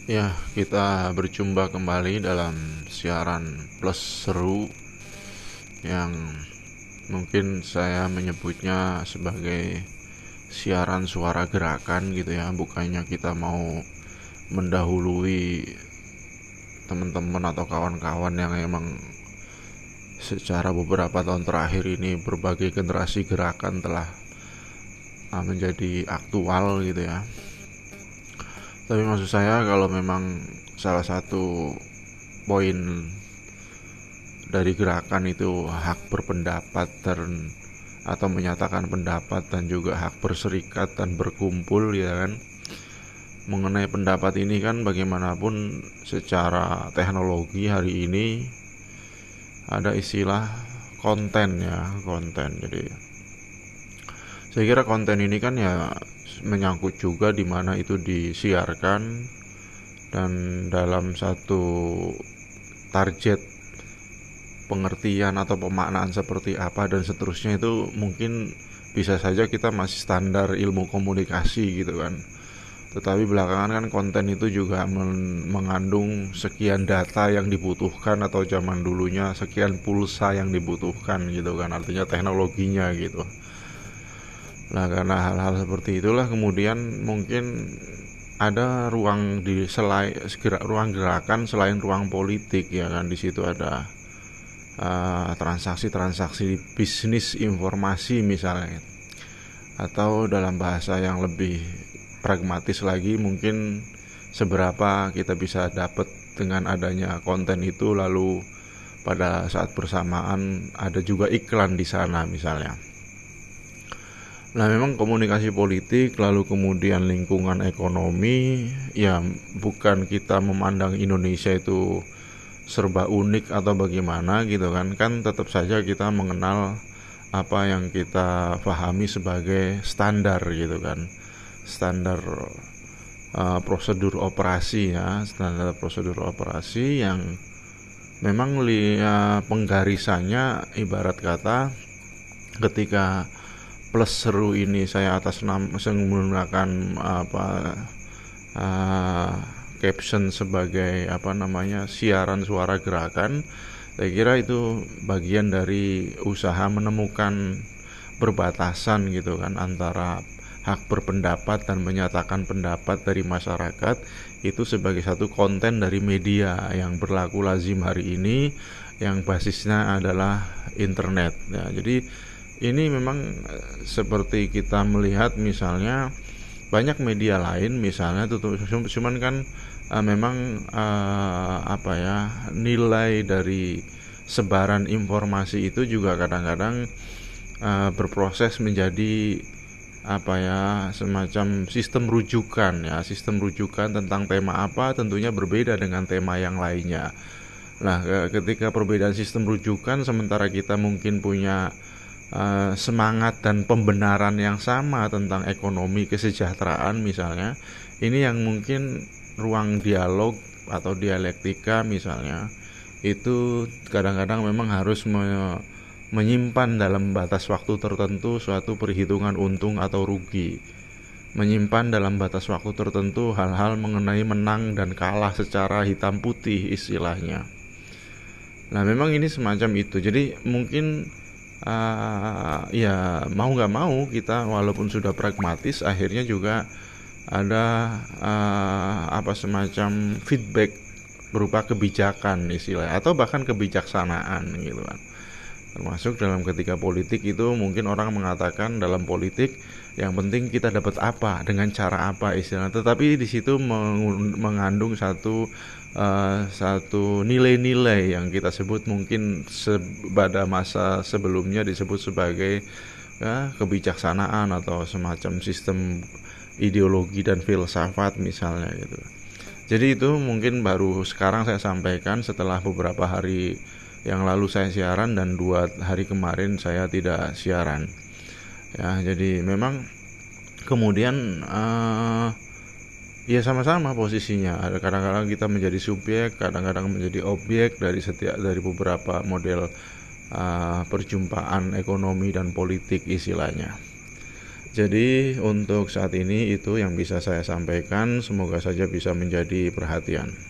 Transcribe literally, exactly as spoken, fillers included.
Ya, kita berjumpa kembali dalam siaran plus seru yang mungkin saya menyebutnya sebagai siaran suara gerakan gitu ya. Bukannya kita mau mendahului teman-teman atau kawan-kawan yang emang secara beberapa tahun terakhir ini berbagai generasi gerakan telah uh, menjadi aktual gitu ya. Tapi maksud saya kalau memang salah satu poin dari gerakan itu hak berpendapat dan atau menyatakan pendapat dan juga hak berserikat dan berkumpul ya kan. Mengenai pendapat ini kan bagaimanapun secara teknologi hari ini ada istilah konten ya, konten. Jadi saya kira konten ini kan ya menyangkut juga di mana itu disiarkan dan dalam satu target pengertian atau pemaknaan seperti apa dan seterusnya itu mungkin bisa saja kita masih standar ilmu komunikasi gitu kan. Tetapi belakangan kan konten itu juga men- mengandung sekian data yang dibutuhkan atau zaman dulunya sekian pulsa yang dibutuhkan gitu kan, artinya teknologinya gitu. Nah karena hal-hal seperti itulah kemudian mungkin ada ruang di selain ruang gerakan selain ruang politik ya kan. Di situ ada uh, transaksi-transaksi bisnis informasi misalnya, atau dalam bahasa yang lebih pragmatis lagi mungkin seberapa kita bisa dapat dengan adanya konten itu, lalu pada saat bersamaan ada juga iklan di sana misalnya. Nah memang komunikasi politik lalu kemudian lingkungan ekonomi ya, bukan kita memandang Indonesia itu serba unik atau bagaimana gitu kan. Kan tetap saja kita mengenal apa yang kita pahami sebagai standar gitu kan. Standar uh, prosedur operasi ya, standar prosedur operasi yang memang li, uh, penggarisannya ibarat kata ketika plus seru ini saya atas nama menggunakan apa uh, caption sebagai apa namanya siaran suara gerakan. Saya kira itu bagian dari usaha menemukan perbatasan gitu kan antara hak berpendapat dan menyatakan pendapat dari masyarakat itu sebagai satu konten dari media yang berlaku lazim hari ini yang basisnya adalah internet ya. Jadi ini memang seperti kita melihat misalnya banyak media lain misalnya tuh, cuman kan uh, memang uh, apa ya nilai dari sebaran informasi itu juga kadang-kadang uh, berproses menjadi apa ya semacam sistem rujukan ya, sistem rujukan tentang tema apa tentunya berbeda dengan tema yang lainnya. Nah, ketika perbedaan sistem rujukan sementara kita mungkin punya Uh, semangat dan pembenaran yang sama tentang ekonomi kesejahteraan misalnya, ini yang mungkin ruang dialog atau dialektika misalnya itu kadang-kadang memang harus me- menyimpan dalam batas waktu tertentu suatu perhitungan untung atau rugi, menyimpan dalam batas waktu tertentu hal-hal mengenai menang dan kalah secara hitam putih istilahnya. Nah memang ini semacam itu, jadi mungkin Uh, ya mau nggak mau kita walaupun sudah pragmatis akhirnya juga ada uh, apa semacam feedback berupa kebijakan istilah atau bahkan kebijaksanaan gitu kan. Termasuk dalam ketika politik itu mungkin orang mengatakan dalam politik yang penting kita dapat apa dengan cara apa istilahnya, tetapi di situ mengandung satu uh, satu nilai-nilai yang kita sebut mungkin pada masa sebelumnya disebut sebagai ya, kebijaksanaan atau semacam sistem ideologi dan filsafat misalnya gitu. Jadi itu mungkin baru sekarang saya sampaikan setelah beberapa hari yang lalu saya siaran dan dua hari kemarin saya tidak siaran. Ya, jadi memang kemudian uh, ya sama-sama posisinya. Kadang-kadang kita menjadi subjek, kadang-kadang menjadi objek dari setiap dari beberapa model uh, perjumpaan ekonomi dan politik istilahnya. Jadi untuk saat ini itu yang bisa saya sampaikan, semoga saja bisa menjadi perhatian.